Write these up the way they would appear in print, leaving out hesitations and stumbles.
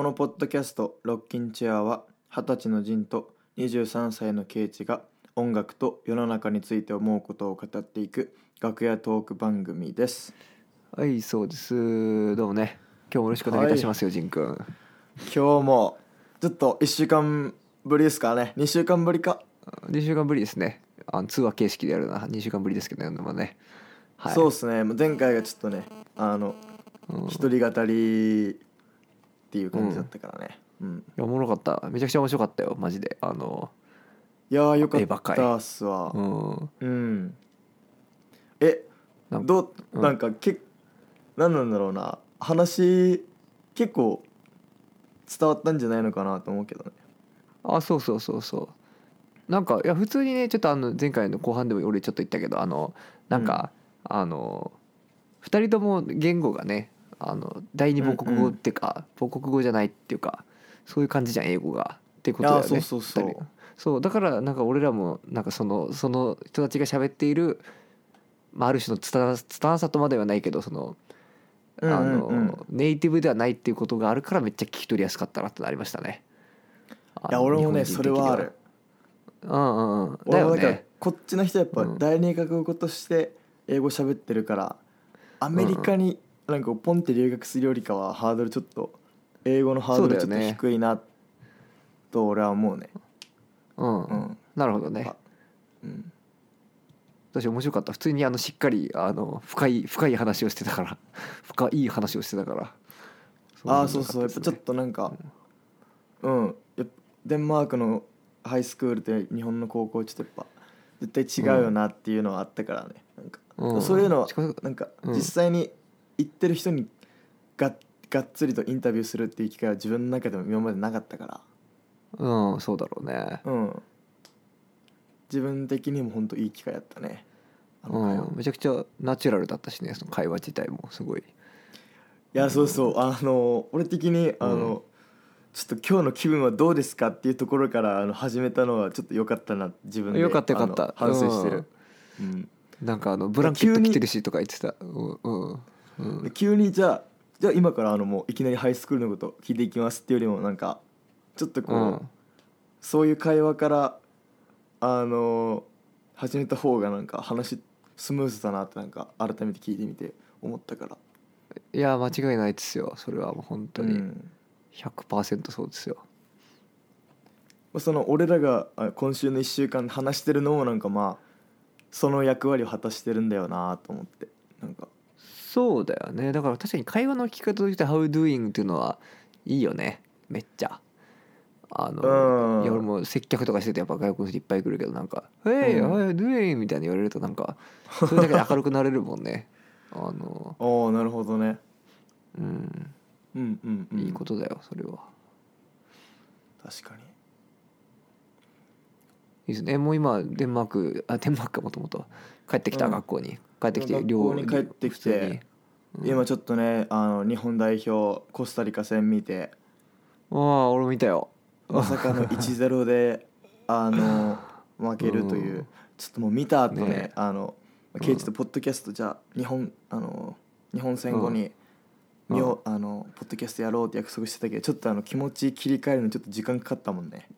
のポッドキャストロッキンチェアは20歳のジンと23歳のケイチが音楽と世の中について思うことを語っていく楽屋トーク番組です。 はい、そうです。どうもね、今日もよろしくお願いいたしますよ、ジンくん。 今日もちょっと1週間ぶりですかね。2週間ぶりか。 2週間ぶりですね。通話形式でやるな。2週間ぶりですけどね、ね、はい、 そうですね。前回がちょっとね一人語りっていう感じだったからね。 いやおもろかった。めちゃくちゃ面白かったよ、マジで。 いやーよかったっすわ。なんか何なんだろうな、話結構伝わったんじゃないのかなと思うけどね。 そうなんかいや普通にね、ちょっと前回の後半でも俺ちょっと言ったけどなんか、2人とも言語がね第二母国語っていうか、母国語じゃないっていうか、そういう感じじゃん、英語がっていうことだよね。そうだからなんか俺らもなんかその人たちが喋っている、ある種の拙さとまではないけど、ネイティブではないっていうことがあるから、めっちゃ聞き取りやすかったなってなりましたね。 いや俺もねそれはある。 だよね。 こっちの人やっぱ第二外国語として英語喋ってるから、アメリカになんかポンって留学するよりかはハードルちょっと、英語のハードルちょっと低いなと俺は思うね。 なるほどね。私面白かった。普通にしっかり深い話をしてたから深い話をしてたから。 そうやっぱちょっとなんかデンマークのハイスクールと日本の高校ちょっとやっぱ絶対違うよなっていうのはあったからね。なんかそういうのはなんか実際に行ってる人にがっつりとインタビューするっていう機会は自分の中でも今までなかったから。 そうだろうね。 自分的にも本当いい機会やったね。 めちゃくちゃナチュラルだったしね、その会話自体もすごい。 いやそう俺的にちょっと今日の気分はどうですかっていうところから始めたのはちょっと良かったな、自分でよかった反省してる。 なんかブランケット着てるしとか言ってた。 急にじゃあ今からもういきなりハイスクールのこと聞いていきますっていうよりも、なんかちょっとこう、そういう会話から始めた方がなんか話スムーズだなってなんか改めて聞いてみて思ったから。 いや間違いないですよ、それはもう本当に 100% そうですよ。 その俺らが今週の1週間話してるのもなんかその役割を果たしてるんだよなと思って。なんかそうだよね。だから確かに会話の聞き方として How doing っていうのはいいよね、めっちゃ。いや俺も接客とかしててやっぱ外国の人いっぱい来るけど、なんか「Hey, how are you doing?」みたいに言われるとなんかそれだけで明るくなれるもんね。 なるほどね。 いいことだよそれは。 確かにいいですね。もう今デンマークか、もともと帰ってきた、学校に帰ってきて、 学校に帰ってきて、今ちょっとね日本代表コスタリカ戦見て、 俺も見たよ。 まさかの 1-0 で負けるという、ちょっともう見た後ねケイチとポッドキャストじゃあ日本戦後にポッドキャストやろうって約束してたけど、ちょっと気持ち切り替えるのちょっと時間かかったもんね。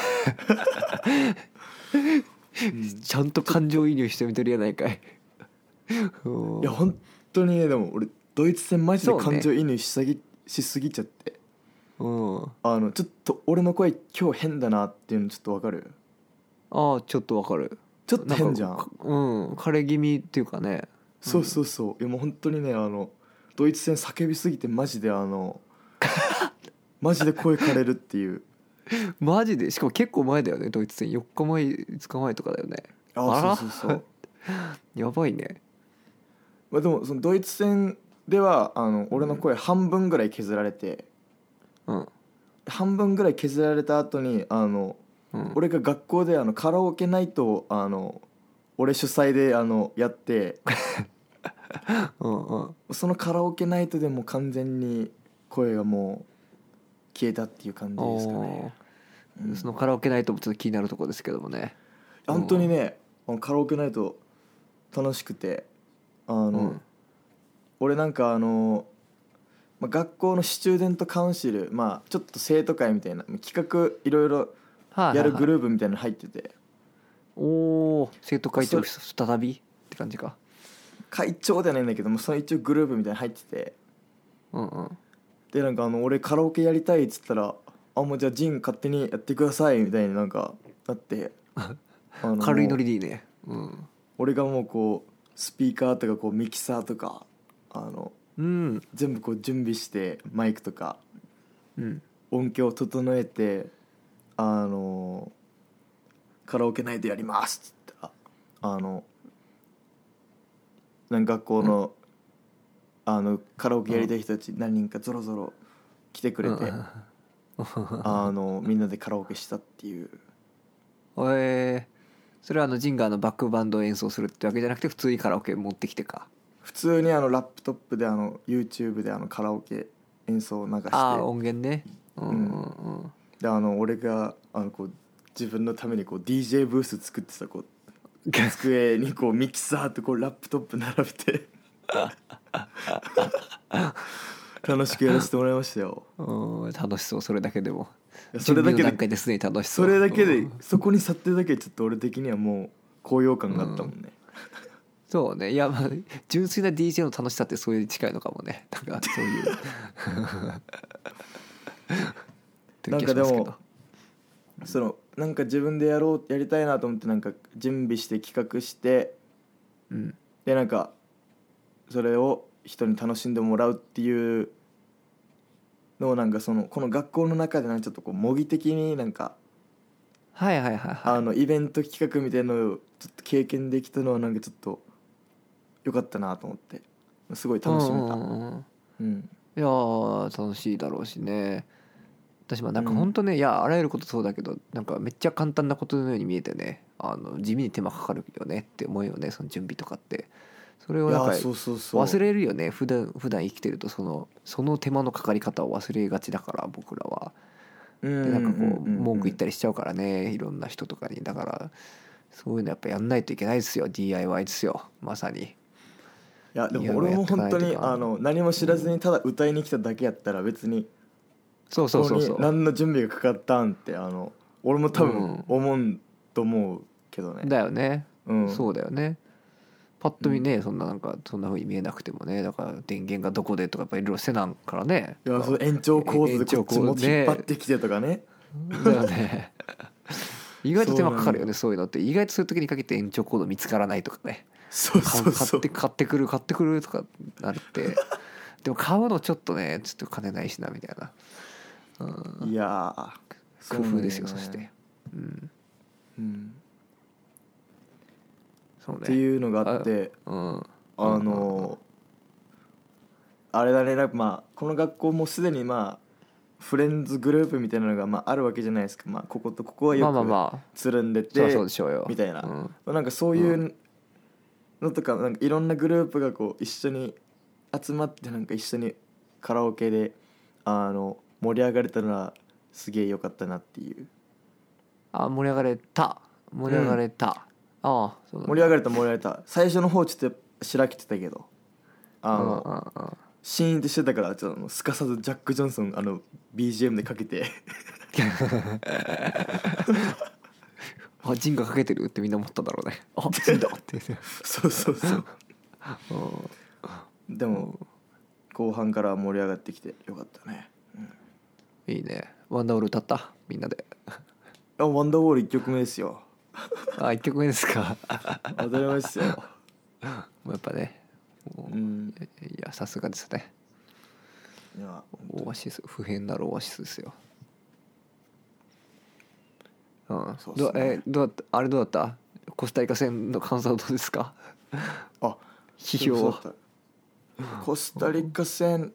ちゃんと感情移入してみてるやないかい。 いや本当にね、でも俺ドイツ戦マジで感情移入しすぎちゃって、ちょっと俺の声今日変だなっていうのちょっとわかる？ ちょっとわかる。 ちょっと変じゃん。 枯れ気味っていうかね。 そういやもう本当にねドイツ戦叫びすぎてマジでマジで声枯れるっていう。 マジで、しかも結構前だよね、ドイツ戦4日前5日前とかだよね。 そうやばいね。 でもそのドイツ戦では俺の声半分ぐらい削られて、半分ぐらい削られた後に俺が学校でカラオケナイトを俺主催でやってそのカラオケナイトでも完全に声がもう消えたっていう感じですかね。 そのカラオケナイトもちょっと気になるところですけどもね。 本当にねカラオケナイト楽しくて俺なんかまあ、学校のスチューデントカウンシル、まあ、ちょっと生徒会みたいな企画いろいろやるグループみたいなの入ってて、 おお、生徒会長再びって感じか。 会長ではないんだけども、その一応グループみたいなの入ってて、 うんうん。 でなんか俺カラオケやりたいっつったら、もうじゃあジン勝手にやってくださいみたいになんかなって軽いノリでいいね。うん。 俺がもうこうスピーカーとかこうミキサーとかうん。 全部こう準備してマイクとかうん。 音響を整えてカラオケナイトやりますっつったらなんか学校の、カラオケやりたい人たち何人かゾロゾロ来てくれて、みんなでカラオケしたっていう。 それはジンガーのバックバンドを演奏するってわけじゃなくて普通にカラオケ持ってきてか。 普通にラップトップでYouTube でカラオケ演奏を流して、 音源ね。うんうんうん。 で俺がこう自分のためにこう DJ ブース作ってさ、こう机にこうミキサーとこうラップトップ並べて楽しくやらせてもらいましたよ。 楽しそう。それだけでもそれだけで準備の段階ですでに楽しそう。 それだけでそこに去ってるだけでちょっと俺的にはもう高揚感があったもんね。 そうね。いや、まあ純粋な DJ の楽しさってそういう近いのかもね。なんかそういうなんかでもなんか自分でやりたいなと思ってなんか準備して企画して、 うん、 でなんかそれを人に楽しんでもらうっていうのをなんかこの学校の中でなんかちょっとこう模擬的になんかはいはいはいはい。 イベント企画みたいなのをちょっと経験できたのはなんかちょっと良かったなと思ってすごい楽しめた。 いや楽しいだろうしね。私もなんか本当ね、いやあらゆることそうだけどなんかめっちゃ簡単なことのように見えてね、地味に手間かかるよねって思うよね、その準備とかって。それをなんか忘れるよね。普段生きてるとその手間のかかり方を忘れがちだから僕らは。でなんかこう文句言ったりしちゃうからね、いろんな人とかに。だからそういうのやっぱやんないといけないですよ。 DIY ですよまさに。 いやでも俺も本当に何も知らずにただ歌いに来ただけやったら別にここに何の準備がかかったんって俺も多分思うと思うけどね。 だよね、そうだよね。パッと見ね、そんな風に見えなくてもね、だから電源がどこでとかやっぱいろいろせなんからね。 いや、その延長コードでこっちも引っ張ってきてとかね。 だよね意外と手間かかるよね、そういうのって。意外とそういう時にかけて延長コード見つからないとかね。買ってくるとかなるってでも買うのちょっとね、ちょっと金ないしなみたいな。 いや工夫ですよ、そして。 そうね。っていうのがあって、あれだね、まあこの学校もすでにまあフレンズグループみたいなのがあるわけじゃないですか。まあこことここはよくつるんでてみたいな、なんかそういうのとか、なんかいろんなグループがこう一緒に集まってなんか一緒にカラオケで盛り上がれたのはすげえ良かったなっていう。 盛り上がれた、そうだね、 盛り上がれた。最初の方ちょっとしらけてたけどシーンってしてたから、ちょっとすかさずジャック・ジョンソンBGM でかけてジンがかけてるってみんな思っただろうね。ジンだってそうでも後半から盛り上がってきてよかったね。 いいね。ワンダーウォール歌ったみんなで。 ワンダーウォール1曲目ですよ。 1曲目ですか。 当たり前ですよ。 もうやっぱね、いやさすがですね。 いやオアシス、不変なるオアシスですよ。そうですね。どうだった？コスタリカ戦の感想はどうですか？批評。 コスタリカ戦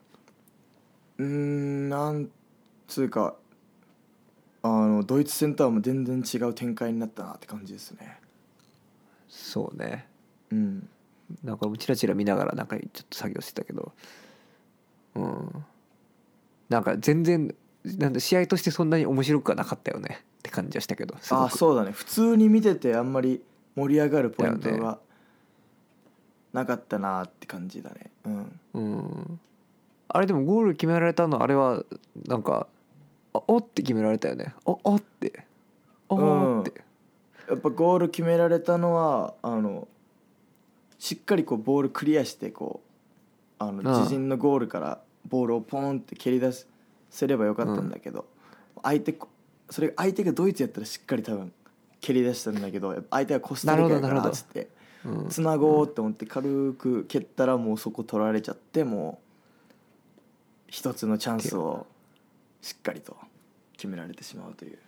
なんつうかドイツ戦とはもう全然違う展開になったなって感じですね。 そうね。なんかチラチラ見ながらなんかちょっと作業してたけど、なんか全然なんで試合としてそんなに面白くはなかったよねって感じはしたけど。 そうだね。普通に見ててあんまり盛り上がるポイントがなかったなって感じだね。 あれでもゴール決められたのあれはなんかおって決められたよね。おっておって、 やっぱゴール決められたのはしっかりこうボールクリアしてこう自陣のゴールからボールをポンって蹴り出せればよかったんだけど、相手がドイツやったらしっかり多分蹴り出したんだけど、やっぱ相手はコスタリカやからっつってつなごうって思って軽く蹴ったらもうそこ取られちゃって、もう一つのチャンスをしっかりと決められてしまうという。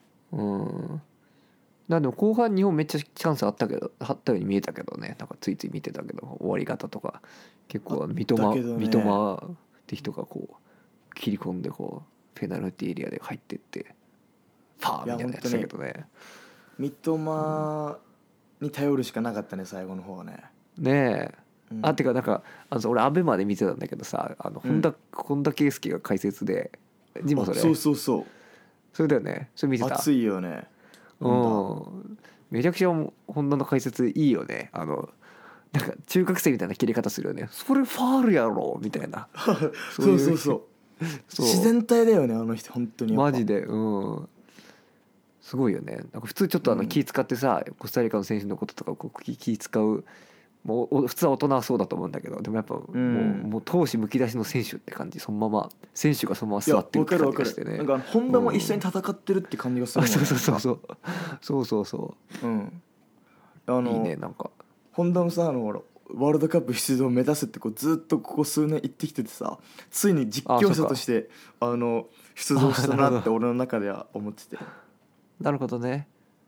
なんでも後半日本めっちゃチャンスあったように見えたけどね。なんかついつい見てたけど終わり方とか結構三笘って人がこう切り込んでこうペナルティーエリアで入ってってパーみたいなやつだけどね。 三笘に頼るしかなかったね最後の方はね。 ねえ、てかなんか俺アベマで見てたんだけどさ、本田圭佑が解説でジモそれそうそれだよね。それ見てた。 熱いよね。 めちゃくちゃ本田の解説いいよね。なんか中学生みたいな切り方するよね。それファールやろみたいなそう自然体だよねあの人本当に。 マジですごいよね。なんか普通ちょっと気使ってさ、コスタリカの選手のこととかこう気使う、もう普通は大人はそうだと思うんだけど、でもやっぱもう闘志むき出しの選手って感じ。そのまま選手がそのまま座ってるって感じがしてね。 なんか本田も一緒に戦ってるって感じがするもんね。 そういいね。なんか本田もさほらワールドカップ出場を目指すってこうずっとここ数年言ってきててさ、ついに実況者として出場したなって俺の中では思ってて。 なるほどね。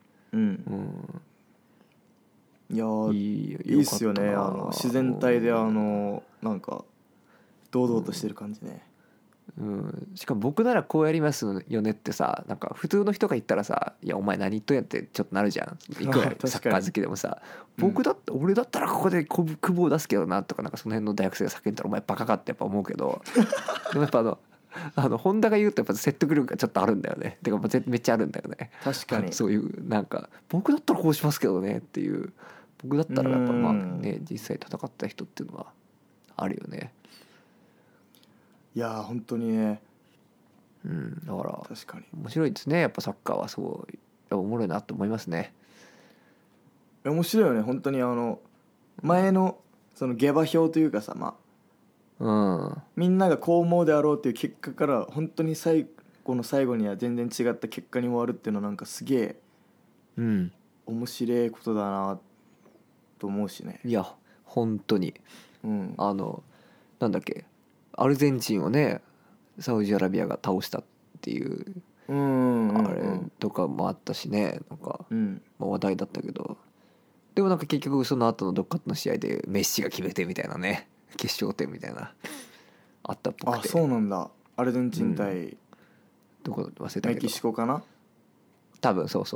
いやいいっすよね。自然体でなんか堂々としてる感じね。 しかも僕ならこうやりますよねってさ、なんか普通の人が言ったらさ、いやお前何言っとんやってちょっとなるじゃん。いくらサッカー好きでもさ、俺だったらここで久保を出すけどなとか、なんかその辺の大学生が叫んだらお前バカかってやっぱ思うけどでもやっぱ本田が言うとやっぱ説得力がちょっとあるんだよね。てかめっちゃあるんだよね。 確かにそういうなんか僕だったらこうしますけどねっていう、僕だったらやっぱまあね実際戦った人っていうのはあるよね。 いや本当にね。 だから確かに面白いですね。やっぱサッカーはすごいおもろいなと思いますね。 面白いよね本当に。前のその下馬評というかさ、みんながこう思うであろうっていう結果から本当に最後の最後には全然違った結果に終わるっていうのはなんかすげえ面白いことだなと思うしね。 いや本当になんだっけ、アルゼンチンをねサウジアラビアが倒したっていうあれとかもあったしね。なんか話題だったけど、でもなんか結局その後のどっかの試合でメッシが決めてみたいなね、決勝点みたいなあったっぽくて。 そうなんだ。アルゼンチン対どこ忘れたけどメキシコかな。 多分そう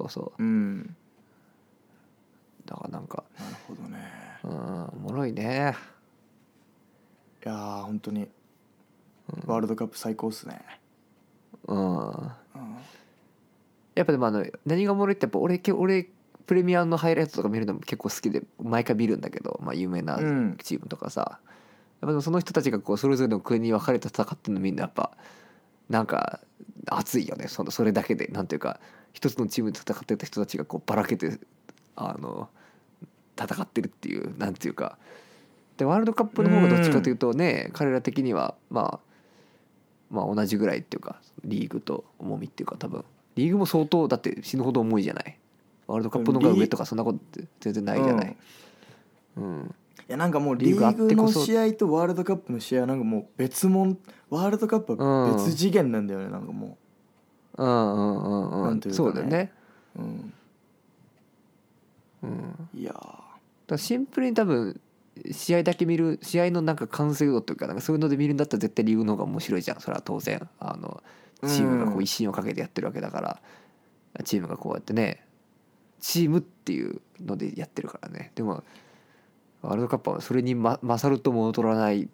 だからなんかなるほどね。 おもろいね。 いや本当にワールドカップ最高っすね。 やっぱでも何がおもろいってやっぱ俺プレミアのハイライトとか見るのも結構好きで毎回見るんだけど、有名なチームとかさ、やっぱでもその人たちがこうそれぞれの国に分かれて戦ってるのみんなやっぱなんか熱いよね。それだけでなんていうか、一つのチームで戦ってた人たちがこうばらけて戦ってるっていう、なんていうか。でワールドカップの方がどっちかというとね、彼ら的にはまあ同じぐらいっていうか、リーグと重みっていうか、多分リーグも相当だって死ぬほど重いじゃない。ワールドカップの方が上とかそんなことって全然ないじゃない。 いやなんかもうリーグの試合とワールドカップの試合はなんかもう別物。ワールドカップは別次元なんだよね。なんかもうなんていうかね、 そうだよね。 いやだシンプルに多分試合だけ見る、試合のなんか完成度というか、なんかそういうので見るんだったら絶対リーグの方が面白いじゃん。それは当然チームがこう威信をかけてやってるわけだから、チームがこうやってねチームっていうのでやってるからね。でもワールドカップはそれに勝るとも劣らない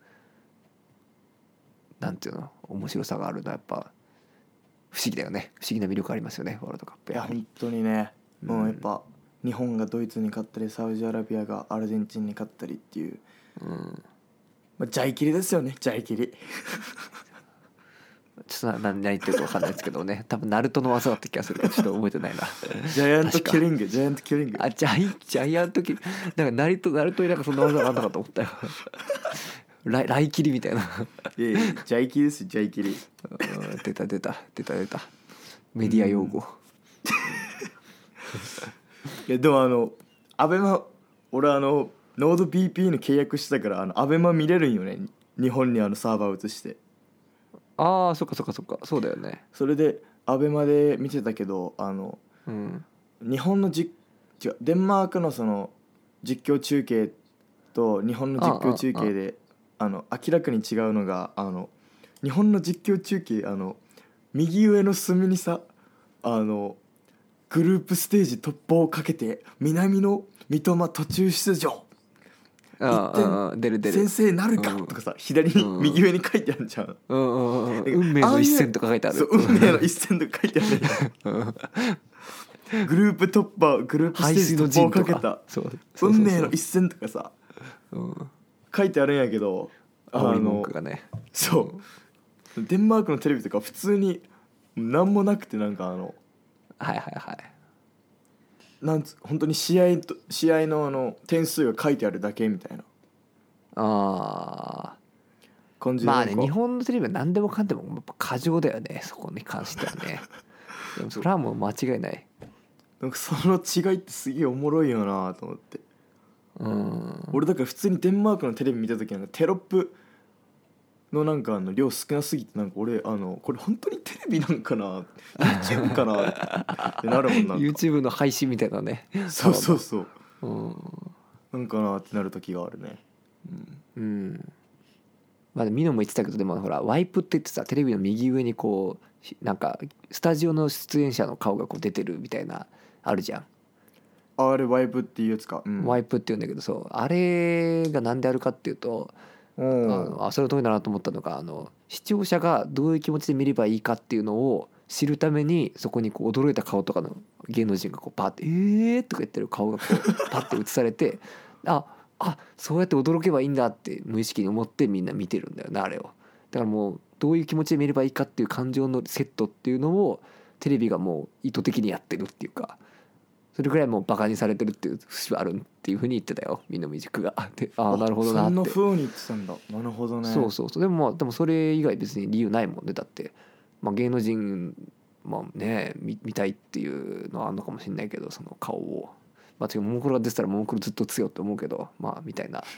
なんていうの面白さがあるのはやっぱ不思議だよね。不思議な魅力ありますよねワールドカップ。 いや本当にね、やっぱ日本がドイツに勝ったりサウジアラビアがアルゼンチンに勝ったりっていう、 まあ、ジャイキリですよね、ジャイキリ。 ちょっと何言ってるか分かんないですけどね、多分ナルトの技だった気がするけどちょっと覚えてないな。 ジャイアントキリング、ジャイアントキリング。 あ、ジャイアントキリ、なんかナルトになんかそんな技があんのかと思ったよ。ライキリみたいな。 いやいやジャイキリですよ、ジャイキリ。 出たメディア用語。 いやでもアベマ、俺ノード BP の契約してたからアベマ見れるんよね、日本にサーバー移して。 ああ、そっかそうだよね。 それでアベマで見てたけどうん、 日本の違うデンマークのその実況中継と日本の実況中継で明らかに違うのが日本の実況中継右上の隅にさグループステージ突破をかけて南の三笘途中出場出る先生なるかとかさ、左に右上に書いてあるじゃん。 運命の一戦とか書いてある。 そう、運命の一戦とか書いてある。グループステージ突破をかけた運命の一戦とかさ書いてあるんやけど、 青い文句がね、 そうデンマークのテレビとか普通に何もなくて、なんか本当に試合の点数が書いてあるだけみたいな感じで、 まあね、日本のテレビは何でもかんでもやっぱ過剰だよね、そこに関してはね。でもそれはもう間違いない。 なんかその違いってすげえおもろいよなと思って。俺だから普通にデンマークのテレビ見た時なんかテロップのなんか量少なすぎて、なんか俺これ本当にテレビなんかな YouTube かなってなるもん。なんか YouTube の配信みたいなね。 そうなんかなってなる時があるね。 まあミノも言ってたけど、でもほらワイプって言ってさ、テレビの右上にこうなんかスタジオの出演者の顔がこう出てるみたいなあるじゃん。 あれワイプっていうやつか、 ワイプって言うんだけど、そうあれがなんであるかっていうと、それ通りだなと思ったのが、視聴者がどういう気持ちで見ればいいかっていうのを知るために、そこにこう驚いた顔とかの芸能人がこうパーってとか言ってる顔がこうパッて映されてそうやって驚けばいいんだって無意識に思ってみんな見てるんだよね、あれを。だからもうどういう気持ちで見ればいいかっていう感情のセットっていうのをテレビがもう意図的にやってるっていうか、それぐらいもうバカにされてるっていう節はあるっていうふうに言ってたよ、ミノミジックが。でなるほどなって。 そんな風に言ってたんだ。なるほどね。 そうでもそれ以外別に理由ないもんね。だって、芸能人見たいっていうのはあるのかもしれないけど、その顔を違う、ももクロが出てたらももクロずっと強って思うけど、みたいな。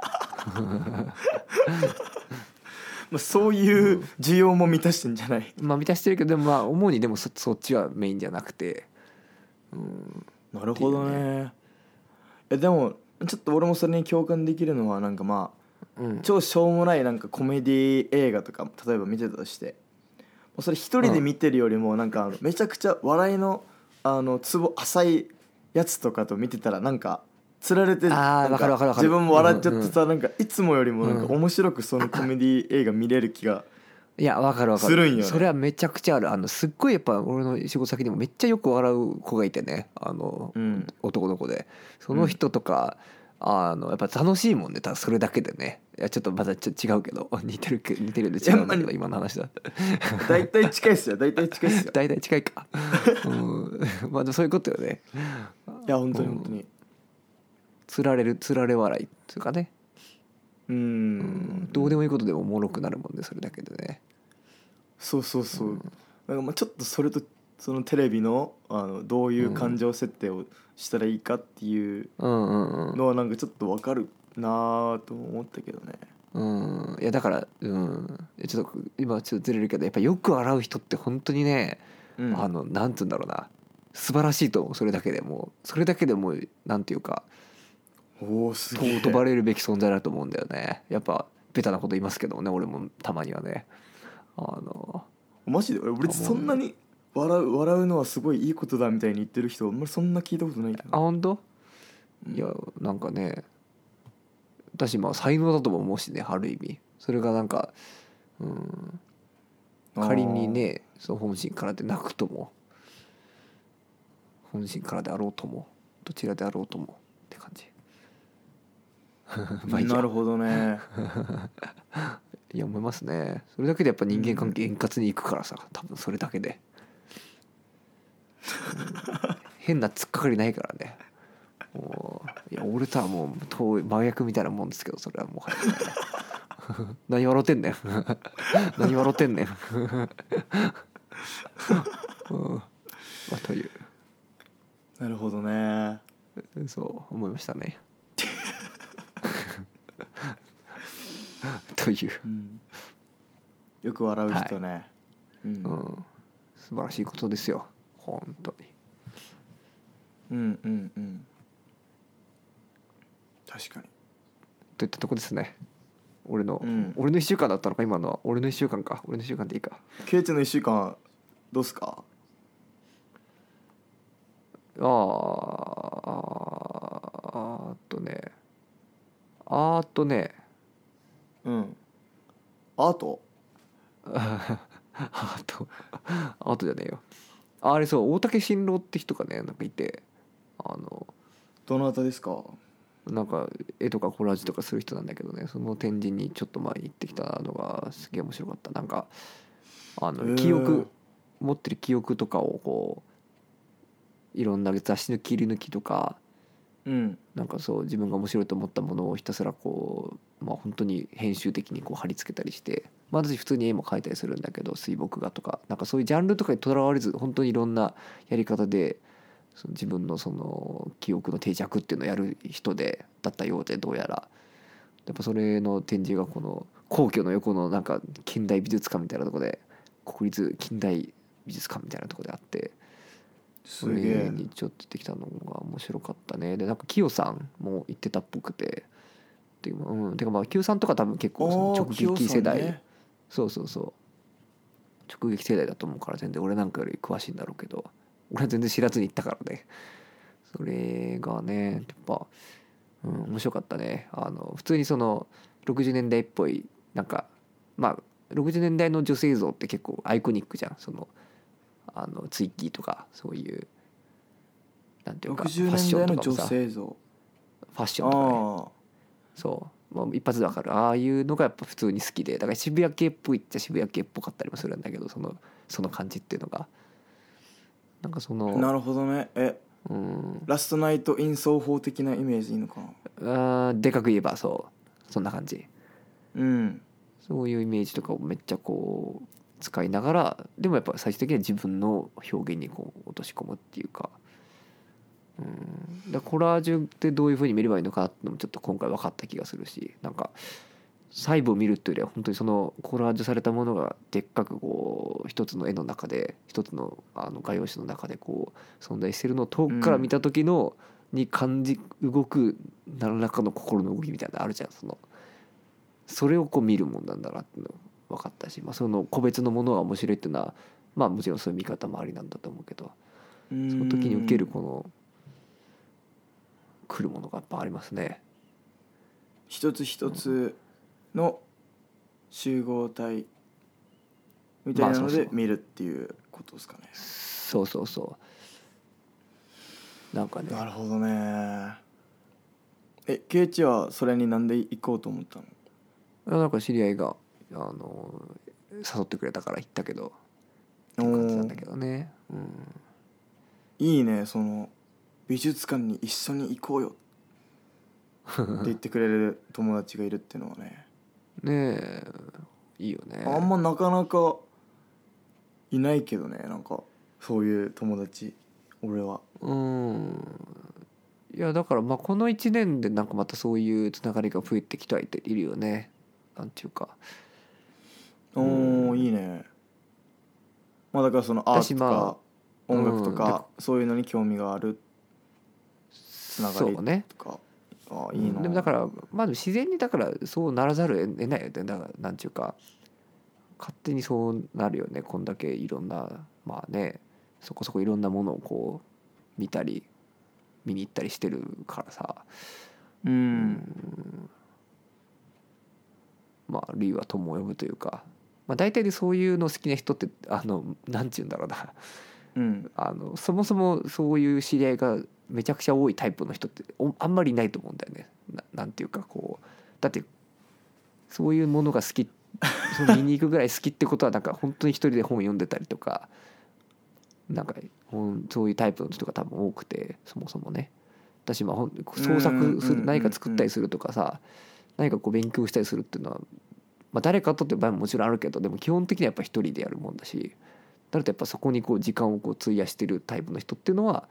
そういう需要も満たしてんじゃない。 満たしてるけど、でも主にでもそっちはメインじゃなくて。 なるほどね。でもちょっと俺もそれに共感できるのは、なんか超しょうもないなんかコメディ映画とか例えば見てたとして、それ一人で見てるよりもなんかめちゃくちゃ笑いのツボ浅いやつとかと見てたら、なんかつられて自分も笑っちゃってさ、なんかいつもよりもなんか面白くそのコメディ映画見れる気がいや分かるするんよね。 それはめちゃくちゃある。すっごいやっぱ俺の仕事先にもめっちゃよく笑う子がいてね、男の子で、その人とか、やっぱ楽しいもんね、ただそれだけでね。いやちょっとまた違うけど似てるんで違うんだけど、今の話だ大体近いっすよ大体近いか。でもそういうことよね。 いや本当につられ笑いっていうかね。どうでもいいことでもおもろくなるもんね、それだけでね。 そう、なんかちょっとそれとそのテレビのどういう感情設定をしたらいいかっていうのはなんかちょっと分かるなと思ったけどね。 いやだからちょっと今ちょっとずれるけど、やっぱよく笑う人って本当にね、なんつうんだろうな、素晴らしいと思う。それだけでもなんていうか、 すげえ尊ばれるべき存在だと思うんだよね。やっぱベタなこと言いますけどね、俺もたまにはね。 マジで俺そんなに笑うのはすごいいいことだみたいに言ってる人あんまりそんな聞いたことないけど。 本当？いやなんかね、私才能だとも思うしね、ある意味。それがなんか仮にね、その本心からでなくとも、本心からであろうとも、どちらであろうともって感じ。 まあいいやなるほどね。 いや思いますね。それだけでやっぱ人間関係円滑にいくからさ、多分それだけで、変な突っかかりないからね。もういや俺とはもう遠い真逆みたいなもんですけど、それはもはや何笑ってんねん何笑ってんねんまあ、というなるほどね。 そう思いましたねという、 よく笑う人ね、 素晴らしいことですよ本当に。 確かに。 といったとこですね。俺の 1 週間だったのか今のは。俺の1週間か。俺の1週間でいいか。 ケイチの1週間どうすか？ あーとねアートじゃねえよ。あれそう大竹新郎って人がねなんかいて、 どなたですか？ なんか絵とかコラージュとかする人なんだけどね、その展示にちょっと前に行ってきたのがすげえ面白かった。なんか記憶持ってる記憶とかをこういろんな雑誌の切り抜きとか、なんかそう自分が面白いと思ったものをひたすらこうまあ本当に編集的にこう貼り付けたりして、まあ私普通に絵も描いたりするんだけど、水墨画とかなんかそういうジャンルとかにとらわれず本当にいろんなやり方でその自分のその記憶の定着っていうのをやる人だったようで、どうやらやっぱそれの展示がこの皇居の横のなんか近代美術館みたいなところで、国立近代美術館みたいなところであって、それにちょっとできたのが面白かったね。でなんかキヨさんも言ってたっぽくて、てかまあキヨさんとか多分結構その直撃世代、ね、そう直撃世代だと思うから全然俺なんかより詳しいんだろうけど、俺は全然知らずに行ったからね。それがねやっぱ、面白かったね。普通にその60年代っぽいなんかまあ60年代の女性像って結構アイコニックじゃん。そのツイッギーとかそういうなんていうか 60年代の女性像、 ファッションとかね、そう、まあ、一発でわかるああいうのがやっぱ普通に好きで、だから渋谷系っぽいっちゃ渋谷系っぽかったりもするんだけど、その感じっていうのがなんかそのなるほどね。ラストナイト・イン奏法的なイメージいいのかな。でかく言えばそんな感じ。 うんそういうイメージとかをめっちゃこう使いながら、でもやっぱ最終的には自分の表現にこう落とし込むっていうか、だコラージュってどういう風に見ればいいのかっていうのもちょっと今回分かった気がするし、なんか細部を見るっていうよりは本当にそのコラージュされたものがでっかくこう一つの絵の中で一つの画用紙の中でこう存在してるのを遠くから見た時のに感じ動く何らかの心の動きみたいなのあるじゃん。それをこう見るもんなんだなっていうの分かったし、まあ、その個別のものが面白いっていうのはまあもちろんそういう見方もありなんだと思うけど、その時に受けるこの来るものがやっぱありますね。 一つ一つの集合体みたいなので見るっていうことですかね。 そうなんかね。 なるほどね。ケイチはそれになんで行こうと思ったの？ なんか知り合いが誘ってくれたから行ったけどって感じなんだけどね、 いいね。その美術館に一緒に行こうよって言ってくれる友達がいるっていうのはねねえいいよね。 あんまなかなかいないけどね、なんかそういう友達俺は。 いやだからまあこの1年でなんかまたそういうつながりが増えてきてはいているよね。なんていうかいいね。まあだからそのアートとか音楽とかそういうのに興味があるつながりとか、ね、いいな。 でもだからまあ自然にだからそうならざるを得ないよね。だからなんていうか勝手にそうなるよね。こんだけいろんなまあねそこそこいろんなものをこう見たり見に行ったりしてるからさ、まあ類は友を呼ぶというか、まあ大体でそういうの好きな人ってなんていうんだろうな、そもそもそういう知り合いがめちゃくちゃ多いタイプの人ってあんまりいないと思うんだよね。 なんていうかこうだってそういうものが好きその見に行くぐらい好きってことはなんか本当に一人で本読んでたりとかなんかそういうタイプの人が多分多くてそもそもね私も創作する何か作ったりするとかさ何かこう勉強したりするっていうのは、まあ、誰かとっていう場合ももちろんあるけどでも基本的にはやっぱ一人でやるもんだしだとやっぱそこにこう時間をこう費やしてるタイプの人っていうのは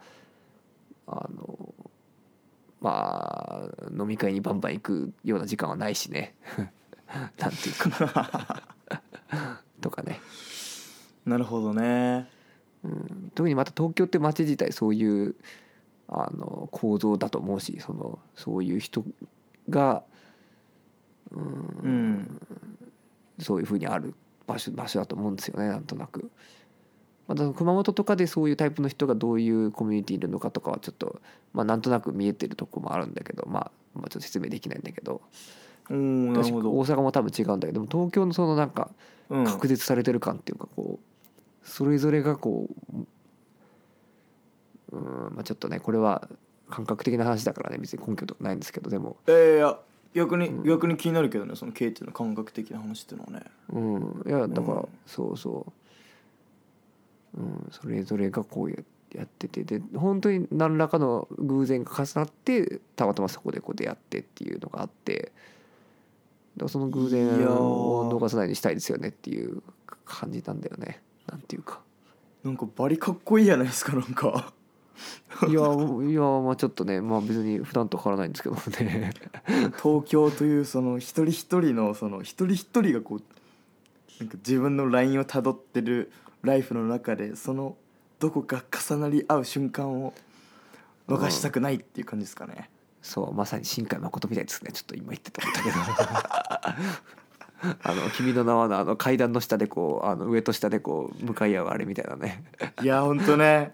まあ飲み会にバンバン行くような時間はないしねなんていうかとかね、 なるほどね。 特にまた東京って街自体そういう構造だと思うしそういう人がそういうふうにある場所だと思うんですよねなんとなく。また熊本とかでそういうタイプの人がどういうコミュニティにいるのかとかはちょっと、まあ、なんとなく見えてるとこもあるんだけど、まあちょっと説明できないんだけどなるほど。 大阪も多分違うんだけども東京のそのなんか確実されてる感っていうかこうそれぞれがこうまあちょっとねこれは感覚的な話だからね別に根拠とかないんですけどでもいや逆に気になるけどねそのケイティの感覚的な話っていうのはね。 いやだからそうそうそれぞれがこうやっててで本当に何らかの偶然が重なってたまたまそこでこう出会ってっていうのがあってだからその偶然を逃さないようにしたいですよねっていう感じなんだよねなんていうかなんかバリかっこいいじゃないですかなんかいやまあちょっとねまあ別に普段と変わらないんですけどね東京というその一人一人のその一人一人がこうなんか自分のラインをたどってるライフの中でそのどこか重なり合う瞬間を逃したくないっていう感じですかね。 そうまさに新海誠みたいですねちょっと今言ってたんだけど君の名はの階段の下でこう上と下でこう向かい合うあれみたいなねいやほんとね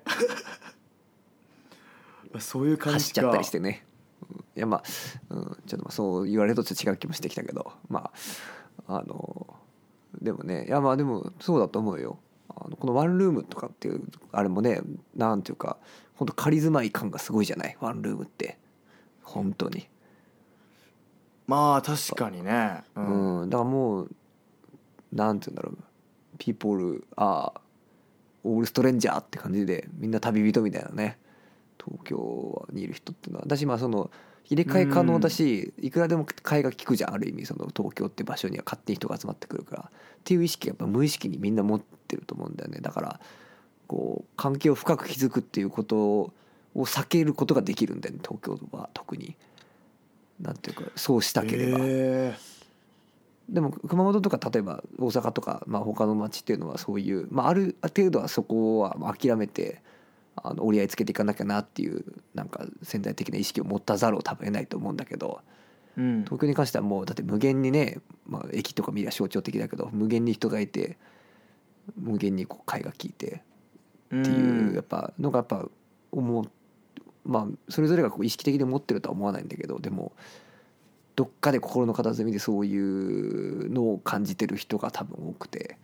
そういう感じか。 走っちゃったりしてねいやまあ、ちょっとまあそう言われるとちょっと違う気もしてきたけどまあでもねいやまあでもそうだと思うよこのワンルームとかっていうあれもねなんていうか本当仮住まい感がすごいじゃないワンルームって本当にまあ確かにね、 だからもうなんていうんだろうpeople are all stranger って感じでみんな旅人みたいなね東京にいる人っていうのは私まあその入れ替え可能だしいくらでも替えが利くじゃんある意味その東京って場所には勝手に人が集まってくるからっていう意識がやっぱ無意識にみんな持ってると思うんだよねだからこう関係を深く築くっていうことを避けることができるんだよね東京は特になんていうかそうしたければ、でも熊本とか例えば大阪とか、まあ、他の町っていうのはそういう、まあ、ある程度はそこは諦めて折り合いつけていかなきゃなっていうなんか潜在的な意識を持たざるを多分得ないと思うんだけど、東京に関してはもうだって無限にね、まあ、駅とか見りゃ象徴的だけど無限に人がいて無限にこう会が利いてっていうやっぱのがやっぱ思うまあそれぞれがこう意識的に持ってるとは思わないんだけどでもどっかで心の片隅でそういうのを感じてる人が多分多くて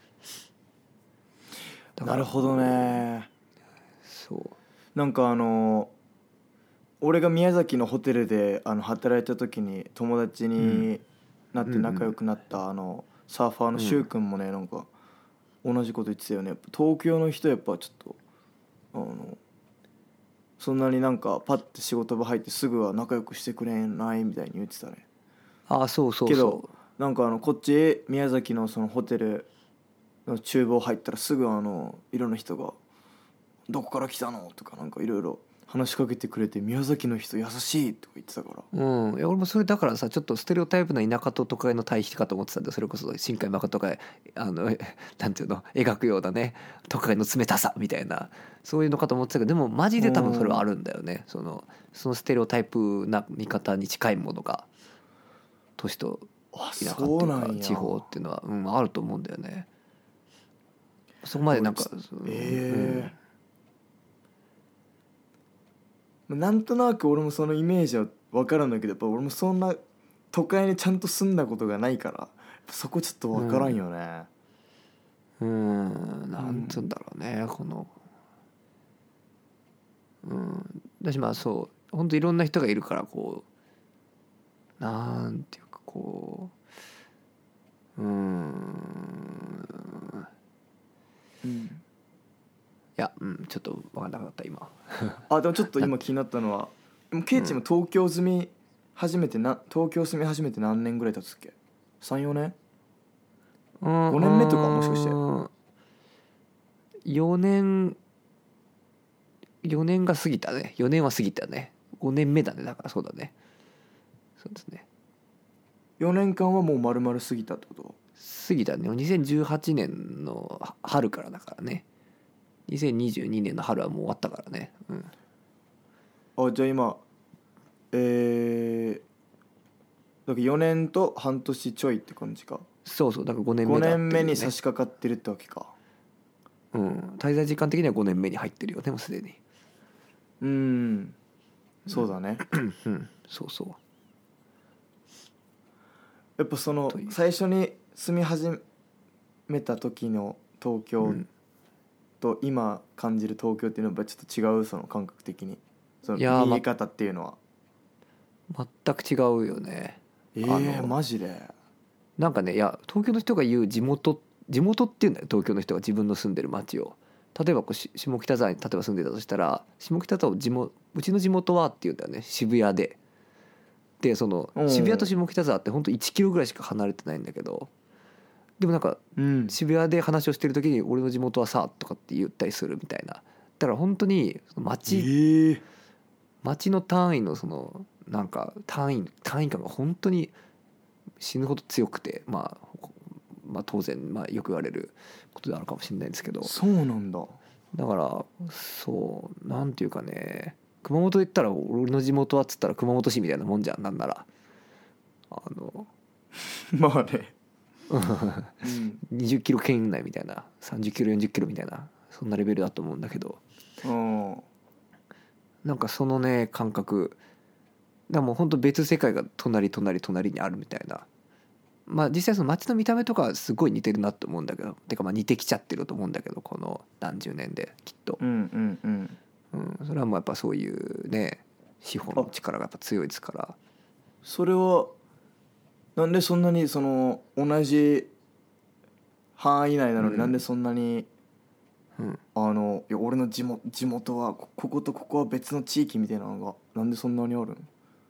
なるほどね。 そうなんか俺が宮崎のホテルで働いた時に友達になって仲良くなったサーファーのシュウ君もねなんか同じこと言ってたよね。やっぱ東京の人やっぱちょっとそんなになんかパッて仕事場入ってすぐは仲良くしてくれないみたいに言ってたね。 そうけどなんかこっち宮崎のそのホテルの厨房入ったらすぐいろんな人が「どこから来たの?」とかなんかいろいろ話しかけてくれて宮崎の人優しいとか言ってたから。 いや俺もそれだからさちょっとステレオタイプな田舎と都会の対比かと思ってたんでそれこそ新海誠がなんていうの描くようなね都会の冷たさみたいなそういうのかと思ってたけどでもマジで多分それはあるんだよねそのステレオタイプな見方に近いものが都市と田舎っていうか地方っていうのは、あると思うんだよね。そこまでなんかなんとなく俺もそのイメージは分かるんだけどやっぱ俺もそんな都会にちゃんと住んだことがないからそこちょっと分からんよね。 なんつうんだろうねこの私まあそう本当いろんな人がいるからこなんていうかこううんいや、ちょっと分かんなかった今。 あでもちょっと今気になったのはでもケイチも東京住み始めて何年ぐらい経つっけ34年5年目とかもしかして 4年が過ぎたね。4年は過ぎたね。5年目だね。だからそうだね。そうですね。 4年間はもう丸々過ぎたってこと？ 過ぎたね。2018年の春からだからね。2022年の春はもう終わったからね。 あじゃあ今だから4年と半年ちょいって感じか。 そうそう、だから5年目 5 だっていうね。 年目に差し掛かってるってわけか。 滞在時間的には5年目に入ってるよね、もうすでに。 そうだね。 そうそう。 やっぱその最初に住み始めた時の東京と今感じる東京っていうのはやっぱちょっと違う、その感覚的にその見え方っていうのは。 全く違うよね。 マジでなんかね、いや東京の人が言う地元っていうんだよ、東京の人が自分の住んでる町を。例えば下北沢に例えば住んでたとしたら、下北沢をうちの地元はって言うんだよね、渋谷で。でその渋谷と下北沢ってほんと1キロぐらいしか離れてないんだけど、でもなんか渋谷で話をしてる時に俺の地元はさとかって言ったりするみたいな。だから本当に町の単位のそのなんか単位感が本当に死ぬほど強くて、まあ当然よく言われることであるかもしれないんですけど。 そうなんだ。 だからそうなんていうかね、熊本で言ったら俺の地元はっつったら熊本市みたいなもんじゃん。なんならまあね 20キロ圏内みたいな、30キロ40キロみたいな、そんなレベルだと思うんだけど、なんかそのね感覚だ、もう本当別世界が隣にあるみたいな。実際その街の見た目とかはすごい似てるなと思うんだけど、てか似てきちゃってると思うんだけど、この何十年できっと。それはもうやっぱそういうね資本の力がやっぱ強いですから。 それはなんでそんなにその同じ範囲内なのになんでそんなに、いや俺の地元はこことここは別の地域みたいなのがなんでそんなにある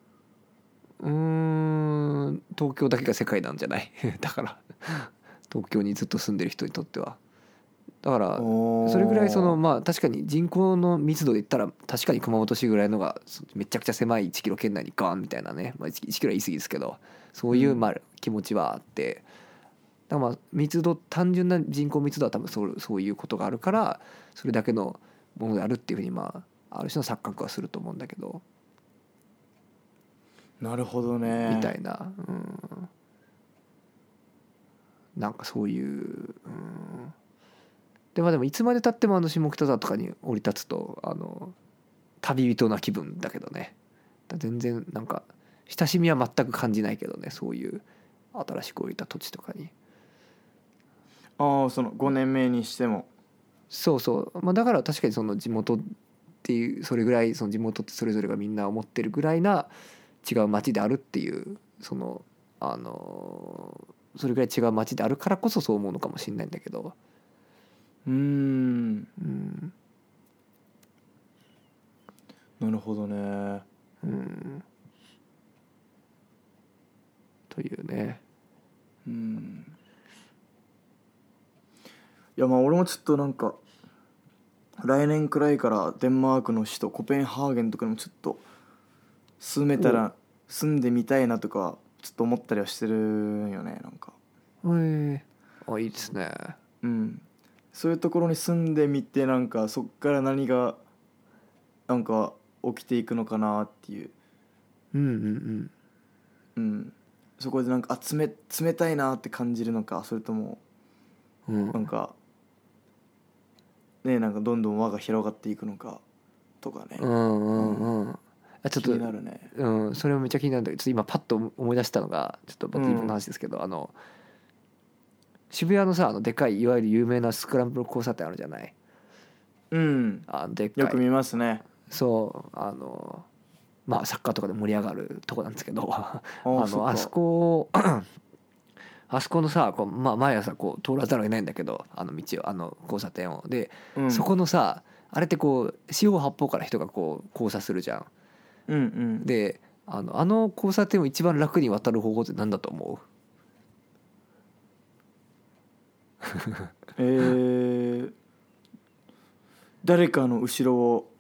の？東京だけが世界なんじゃないだから東京にずっと住んでる人にとっては。だからそれぐらいその確かに人口の密度で言ったら確かに熊本市ぐらいのがめちゃくちゃ狭い1キロ圏内にガーンみたいなね、1キロは言い過ぎですけど、そういう気持ちはあって、だから密度、単純な人口密度は多分そういうことがあるから、それだけのものであるっていうふうにある種の錯覚はすると思うんだけど。 なるほどねみたいな、なんかそういう、でもいつまでたっても下北沢とかに降り立つと旅人な気分だけどね。全然なんか親しみは全く感じないけどね、そういう新しく降りた土地とかに。 その5年目にしてもそうそう、だから確かにその地元っていう、それぐらいその地元ってそれぞれがみんな思ってるぐらいな違う街であるっていう、そのそれぐらい違う街であるからこそそう思うのかもしれないんだけど。 なるほどね。 というね。 いや俺もちょっとなんか来年くらいからデンマークの首都コペンハーゲンとかにもちょっと住めたら住んでみたいなとかちょっと思ったりはしてるんよね。なんかいいですね。 そういうところに住んでみて、なんかそっから何がなんか起きていくのかなっていう。そこでなんか冷たいなって感じるのか、それともなんかね、なんかどんどん輪が広がっていくのかとかね。 ちょっと気になるね。 それもめっちゃ気になるんだけど、ちょっと今パッと思い出したのが、ちょっとバッテリーの話ですけど、渋谷のさでかいいわゆる有名なスクランブル交差点あるじゃない。でっかいよく見ますね。 そうまあサッカーとかで盛り上がるとこなんですけどそっかあそこあそこのさこう、まあ、毎朝こう通らざるを得ないんだけどあの道を交差点をで、そこのさあれってこう四方八方から人がこう交差するじゃん。 うんうん。 であの交差点を一番楽に渡る方法って何だと思誰かの後ろを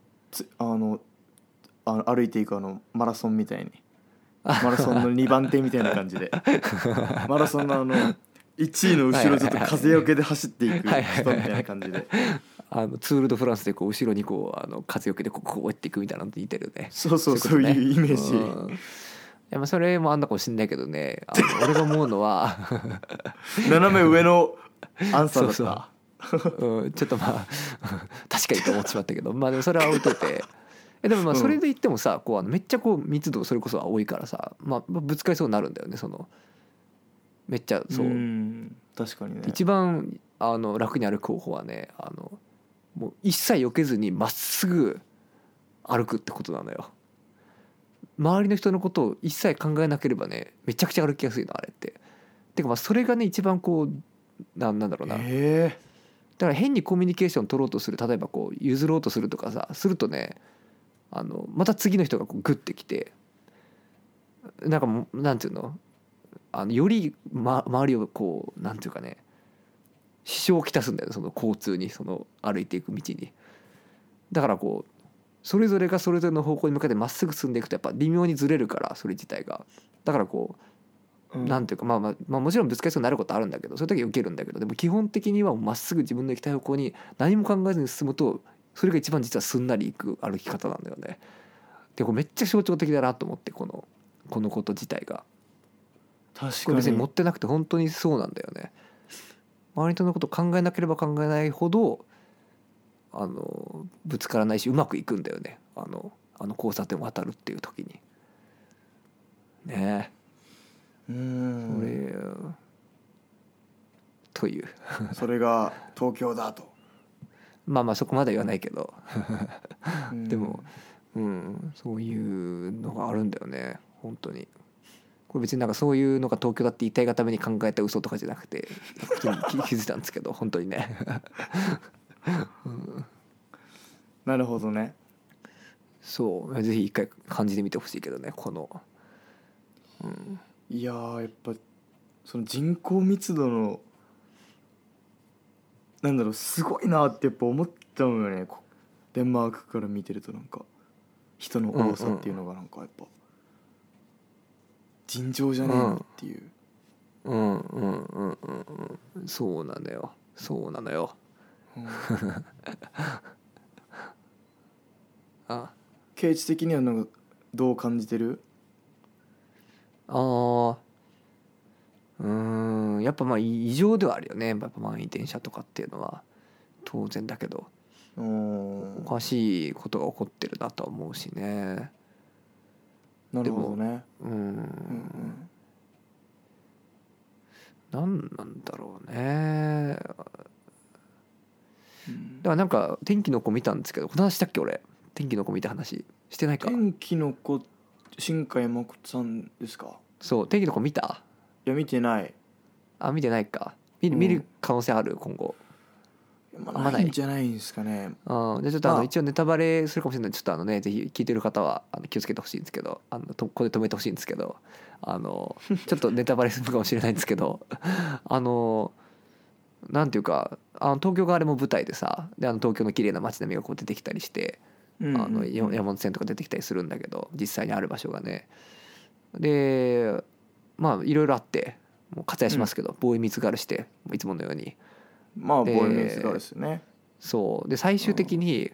歩いていくマラソンみたいにマラソンの2番手みたいな感じでマラソンの1位の後ろずっと風よけで走っていく人みたいな感じでツール・ド・フランスでこう後ろにこう風よけでこうやっていくみたいなのと似てるね。 そういうイメージ。 いやまあそれもあんなかもしんないけどね俺が思うのは斜め上のアンサーだったそうちょっとまあ確かにと思ってしまったけどまあでもそれは置いといてでもまあそれで言ってもさこうめっちゃこう密度それこそ多いからさ、まあ、ぶつかりそうになるんだよねめっちゃそう。 確かにね。 一番楽に歩く方法はねもう一切避けずにまっすぐ歩くってことなのよ。周りの人のことを一切考えなければねめちゃくちゃ歩きやすいのあれって。てかまあそれがね一番こうなんだろうな、だから変にコミュニケーション取ろうとする例えばこう譲ろうとするとかさするとねまた次の人がこうグッてきてなんかもうなんていうのより、周りをこうなんていうかね支障をきたすんだよねその交通に歩いていく道に。だからこうそれぞれがそれぞれの方向に向かってまっすぐ進んでいくとやっぱ微妙にずれるからそれ自体がだからこうなんていうかまあもちろんぶつかりそうになることあるんだけどそういう時は受けるんだけどでも基本的にはまっすぐ自分の行きたい方向に何も考えずに進むとそれが一番実はすんなりいく歩き方なんだよね。でこれめっちゃ象徴的だなと思ってこのこと自体が。 確かにこれ別に持ってなくて本当にそうなんだよね。周りのこと考えなければ考えないほどぶつからないしうまくいくんだよね交差点を渡るっていう時にねえそれというそれが東京だとまあそこまでは言わないけどでもそういうのがあるんだよね本当に。これ別になんかそういうのが東京だって言いたいがために考えた嘘とかじゃなくて普通に気づいたんですけど本当にねなるほどね。 そうぜひ一回感じてみてほしいけどねいややっぱその人口密度のなんだろうすごいなってやっぱ思っちゃうよね。デンマークから見てるとなんか人の多さっていうのがなんかやっぱ尋常じゃねえなっていう。 そうなのよ経知的にはなんかどう感じてる？ やっぱまあ異常ではあるよねやっぱ満員電車とかっていうのは当然だけどおかしいことが起こってるなとは思うしね。 なるほどね。 何なんだろうね。だからなんか天気の子見たんですけどこの話したっけ俺天気の子見た話してないか。 天気の子新海誠さんですか？ そう天気の子見た？ いや見てない。 見てないか。見る可能性ある今後。 ないんじゃないんですかね。 じゃあちょっと一応ネタバレするかもしれないちょっとぜひ聞いてる方は気をつけてほしいんですけどここで止めてほしいんですけどちょっとネタバレするかもしれないんですけどなんていうか東京があれも舞台でさで東京の綺麗な街並みがこう出てきたりして山手線とか出てきたりするんだけど実際にある場所がねでまあいろいろあってもう割愛しますけどボーイミーツガールしていつものようにまあボーイミーツガールですよね。 そうで最終的に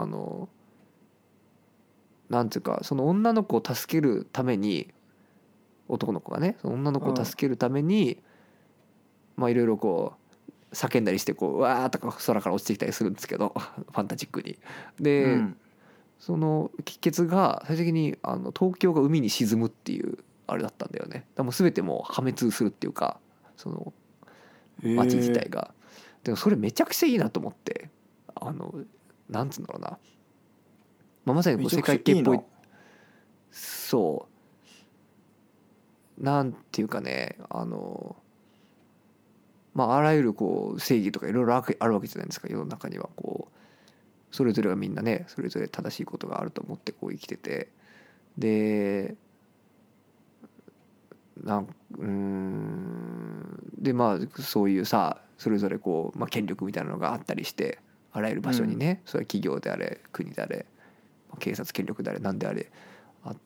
なんていうかその女の子を助けるために男の子がねその女の子を助けるためにまあいろいろこう叫んだりしてこうわーとか空から落ちてきたりするんですけどファンタジックにで、その帰結が最終的に東京が海に沈むっていうあれだったんだよね。だからもう全てもう破滅するっていうかその街自体がでもそれめちゃくちゃいいなと思ってなんつうんだろうな、まあ、まさにこう世界系っぽいそうなんていうかねまああらゆるこう正義とかいろいろあるわけじゃないですか。世の中にはこうそれぞれがみんなねそれぞれ正しいことがあると思ってこう生きてて、ででまあそういうさそれぞれこう、まあ、権力みたいなのがあったりしてあらゆる場所にね、それは企業であれ国であれ警察権力であれ何であれあって、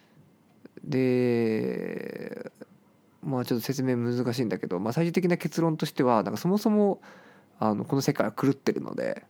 でまあちょっと説明難しいんだけど、まあ、最終的な結論としてはなんかそもそもこの世界は狂ってるので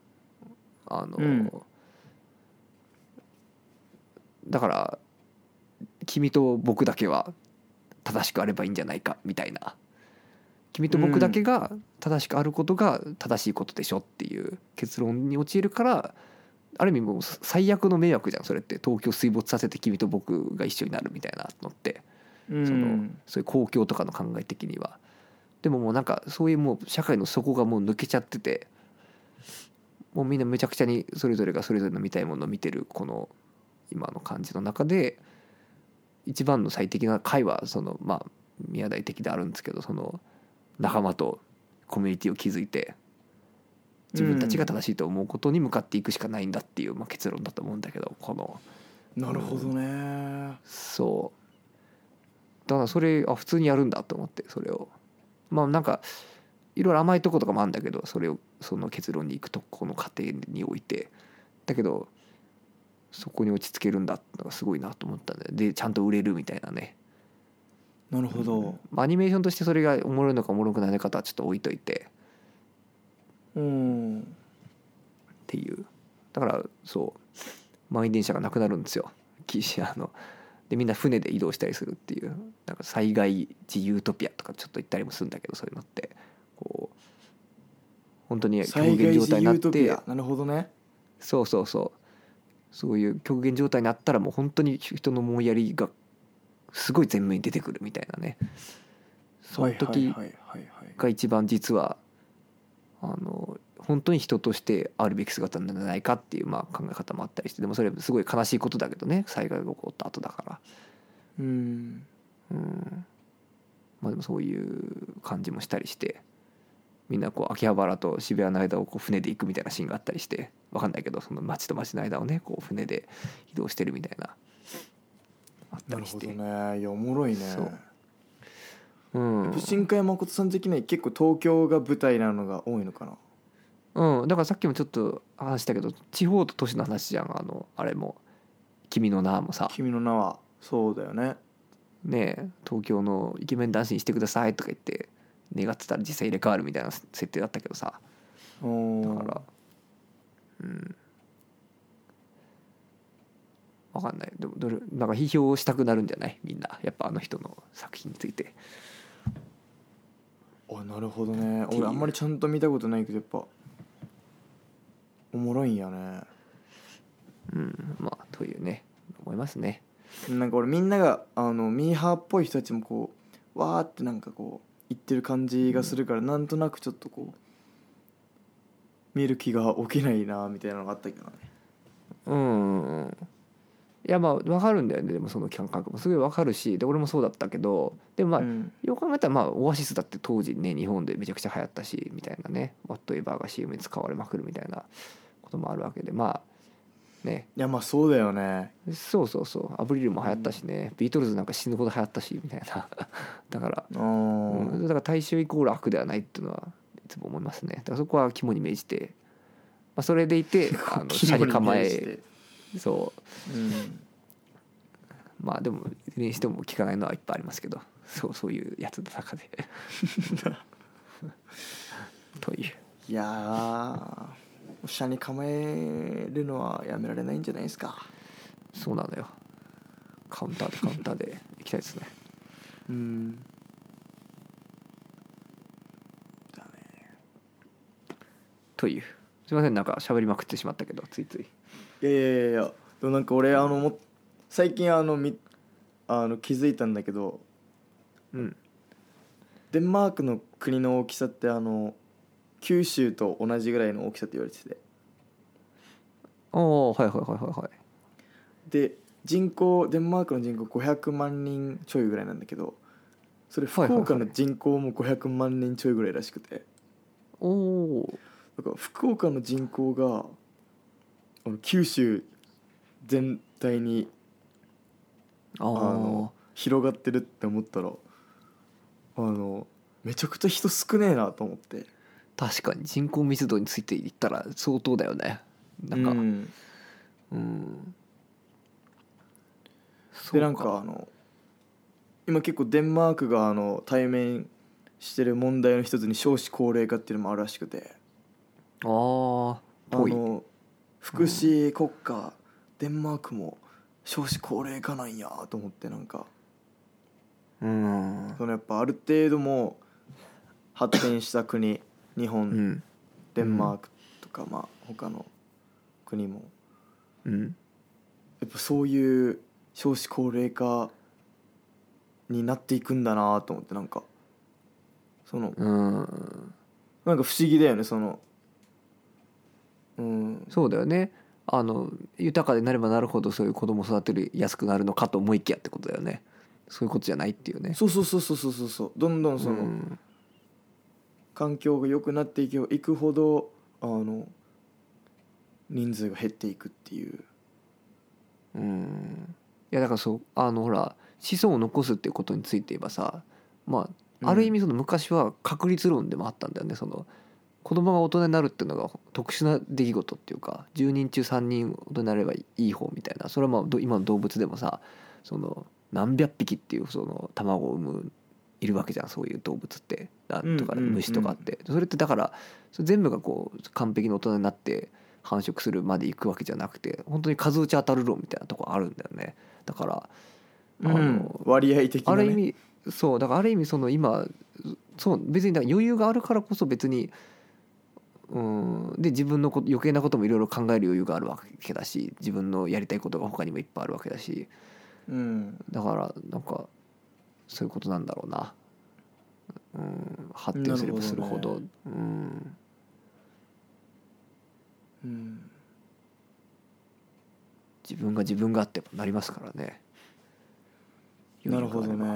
だから君と僕だけは正しくあればいいんじゃないかみたいな、君と僕だけが正しくあることが正しいことでしょっていう結論に陥るから、ある意味もう最悪の迷惑じゃんそれって。東京水没させて君と僕が一緒になるみたいなのって、そういう公共とかの考え的には。でももうなんかそういうもう社会の底がもう抜けちゃってて、もうみんなめちゃくちゃにそれぞれがそれぞれの見たいものを見てるこの今の感じの中で、一番の最適な解はそのまあ宮台的であるんですけど、その仲間とコミュニティを築いて自分たちが正しいと思うことに向かっていくしかないんだっていう、まあ、結論だと思うんだけど、このなるほどね、 そうだからそれ普通にやるんだと思って、それをまあなんかいろいろ甘いとことかもあるんだけど、それをその結論に行くとこの過程においてだけどそこに落ち着けるんだってのがすごいなと思ったんで、ちゃんと売れるみたいなね。 なるほど、 アニメーションとしてそれがおもろいのかおもろくないのかはちょっと置いといてっていう。だからそう満員電車がなくなるんですよ。でみんな船で移動したりするっていう、なんか災害時ユートピアとかちょっと言ったりもするんだけど、そういうのってこう本当に極限状態になって、 なるほどね、 そういう極限状態になったらもう本当に人の思いやりがすごい前面に出てくるみたいなね。その時が一番実は本当に人としてあるべき姿なんじゃないかっていうまあ考え方もあったりして、でもそれすごい悲しいことだけどね、災害が起こった後だからまあでもそういう感じもしたりして、みんなこう秋葉原と渋谷の間をこう船で行くみたいなシーンがあったりして、分かんないけどその街と街の間をねこう船で移動してるみたいなあったりして。 なるほどね、いやおもろいね。 そう新海誠さん的には結構東京が舞台なのが多いのかな。 だからさっきもちょっと話したけど地方と都市の話じゃん。あれも君の名もさ、 君の名はそうだよね。 ねえ東京のイケメン男子にしてくださいとか言って願ってたら実際入れ替わるみたいな設定だったけどさ、だから分かんない。でもなんか批評したくなるんじゃないみんな、やっぱあの人の作品について。 なるほどね。俺あんまりちゃんと見たことないけどやっぱおもろいんやね。 まあというね思いますね。 なんか俺みんながミーハーっぽい人たちもこうわーってなんかこう言ってる感じがするから、なんとなくちょっとこう見る気が起きないなみたいなのがあったけどね。 いやまあ分かるんだよね。でもその感覚もすごい分かるし、で俺もそうだったけど、でもまあ、よく考えたらまあオアシスだって当時ね日本でめちゃくちゃ流行ったしみたいなね、ワットエバーが CM に使われまくるみたいなこともあるわけで、まあね。 いやまあそうだよね。 そうアブリルも流行ったしね、ビートルズなんか死ぬほど流行ったしみたいなだから、だから大衆イコール悪ではないっていうのはいつも思いますね。だからそこは肝に銘じて、まあ、それでいて車に構えまあでもいずれにしても聞かないのはいっぱいありますけど、そういうやつの中でという。 いや車に構えるのはやめられないんじゃないですか。 そうなのよ。カウンターで行きたいですね。 だね。 という、すいませんなんか喋りまくってしまったけどついつい。 いやでもなんか俺最近気づいたんだけど、デンマークの国の大きさって九州と同じぐらいの大きさって言われてて、 はいでデンマークの人口500万人ちょいぐらいなんだけど、それ福岡の人口も500万人ちょいぐらいらしくて、 おお。 だから福岡の人口が九州全体に広がってるって思ったらめちゃくちゃ人少ねえなと思って。 確かに人口密度について言ったら相当だよね。なんかでなんか今結構デンマークが対面してる問題の一つに少子高齢化っていうのもあるらしくて、 ぽい。 福祉国家、デンマークも少子高齢化なんやと思って、なんかそのやっぱある程度も発展した国、日本、デンマークとかまあ他の国もやっぱそういう少子高齢化になっていくんだなと思って、なんかなんか不思議だよねそうだよね。豊かになればなるほどそういう子供を育てるやすくなるのかと思いきやってことだよね。そういうことじゃないっていうね。 そうどんどん環境が良くなっていくほど人数が減っていくっていう。 いやだからそうほら子孫を残すっていうことについて言えばさ、まあある意味その昔は確率論でもあったんだよね。子供が大人になるっていうのが特殊な出来事っていうか、10人中3人大人になればいい方みたいな。それはまあ今の動物でもさ、何百匹っていう卵を産むいるわけじゃん、そういう動物ってとか虫とかって、それってだから全部がこう完璧に大人になって繁殖するまでいくわけじゃなくて、本当に数打ち当たる論みたいなとこあるんだよね。だから割合的な、ね、 ある意味そうだからある意味今別に余裕があるからこそ別にで自分の余計なこともいろいろ考える余裕があるわけだし、自分のやりたいことが他にもいっぱいあるわけだし、だからなんかそういうことなんだろうな。発展すればするほど、自分がってなりますからね。 なるほどね。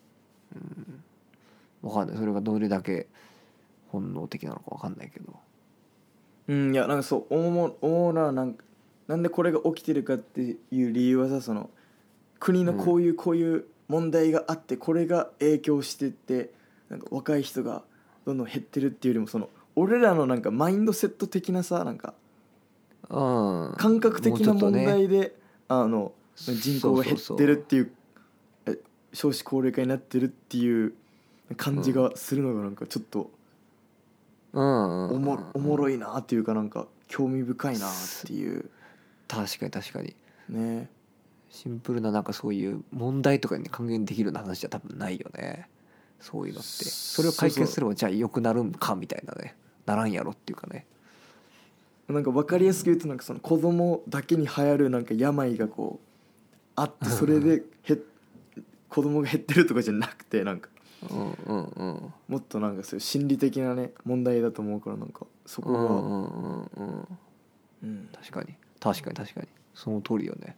分かんない、それがどれだけ本能的なのか分かんないけど、 いやなんかそう思うな。なんでこれが起きてるかっていう理由はさ、国のこういう問題があってこれが影響してって、なんか若い人がどんどん減ってるっていうよりも俺らのなんかマインドセット的なさ、なんか感覚的な問題で、人口が減ってるっていう少子高齢化になってるっていう感じがするのがなんかちょっとおもろいなっていうか、なんか興味深いなっていう。 確かにね。 シンプルななんかそういう問題とかに還元できるような話じゃ多分ないよね。そういうのってそれを解決すればじゃあ良くなるんかみたいなね、ならんやろっていうかね。 なんか分かりやすく言うと、なんか子供だけに流行るなんか病がこうあって、それで子供が減ってるとかじゃなくて、なんかもっとなんかそういう心理的なね問題だと思うから、なんかそこが確かにその通りよね。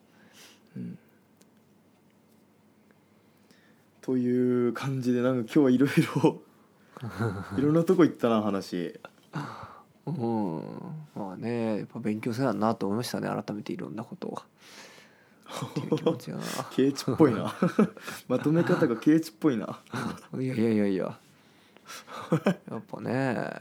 という感じで、なんか今日はいろいろんなとこ行ったな話。 まあね、やっぱ勉強せななと思いましたね、改めていろんなことをっていう気持ちがケイチっぽいなまとめ方がケイチっぽいな。 いややっぱね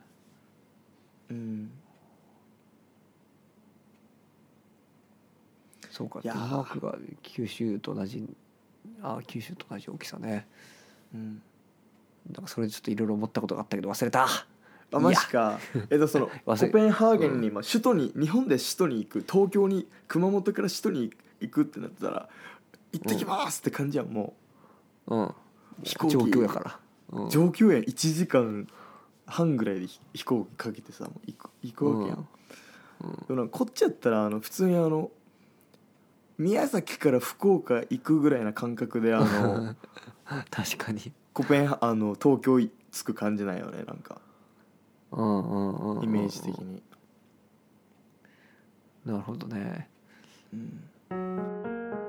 そうか、デンマークが九州と同じ大きさね。なんかそれでちょっといろいろ思ったことがあったけど忘れた。 マジか。コペンハーゲンに、首都に日本で首都に行く、東京に熊本から首都に行くってなったら行ってきますって感じやん。もう飛行機上京やから、 上京やん。1時間半ぐらいで飛行機かけてさ行くわけやん。でもこっちやったら普通に宮崎から福岡行くぐらいな感覚で確かに東京着く感じなんよね、なんかイメージ的に。 なるほどね。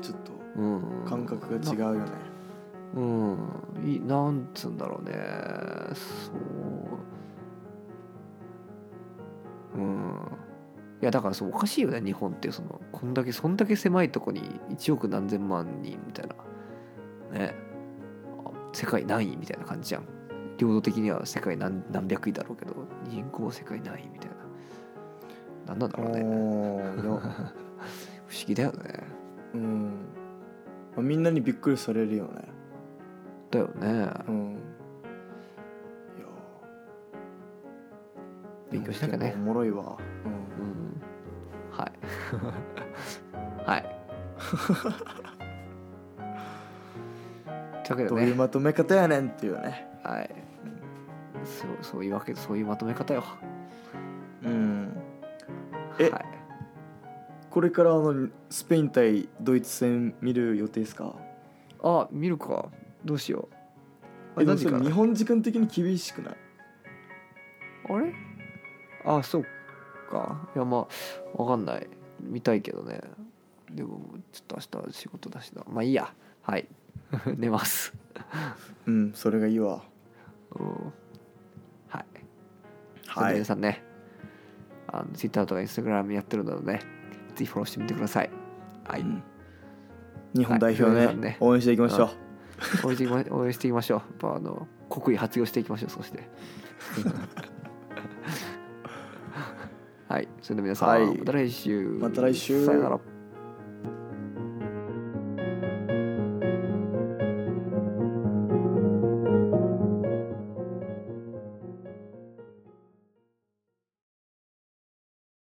ちょっとうん感覚が違うよね。 なんつうんだろうね。いやだからそうおかしいよね日本ってそんだけ狭いとこに1億何千万人みたいなね、世界何位みたいな感じじゃん。領土的には世界何百位だろうけど人口世界何位みたいな、なんだろうね不思議だよね。 みんなにびっくりされるよね。 だよね。 いや勉強しなきゃね。 おもろいわ。 はいはいというわけでね、 どういうまとめ方やねんっていうね。 はい、そういうわけでそういうまとめ方よ。はい、 これからスペイン対ドイツ戦見る予定ですか？ 見るか。どうしよう。 何時か日本時間的に厳しくない？ あれそうか。いやわかんない。見たいけどね。でもちょっと明日仕事だしな。まあいいや。はい寝ます。 それがいいわ。 はい。それで皆さんね、Twitter とか Instagram やってるのでね、ぜひフォローしてみてください。はい。 日本代表ね、応援していきましょう。 応援していきましょう。やっぱ国威発揚していきましょう。そしてはい、それでは皆さん、また来週。 さよなら。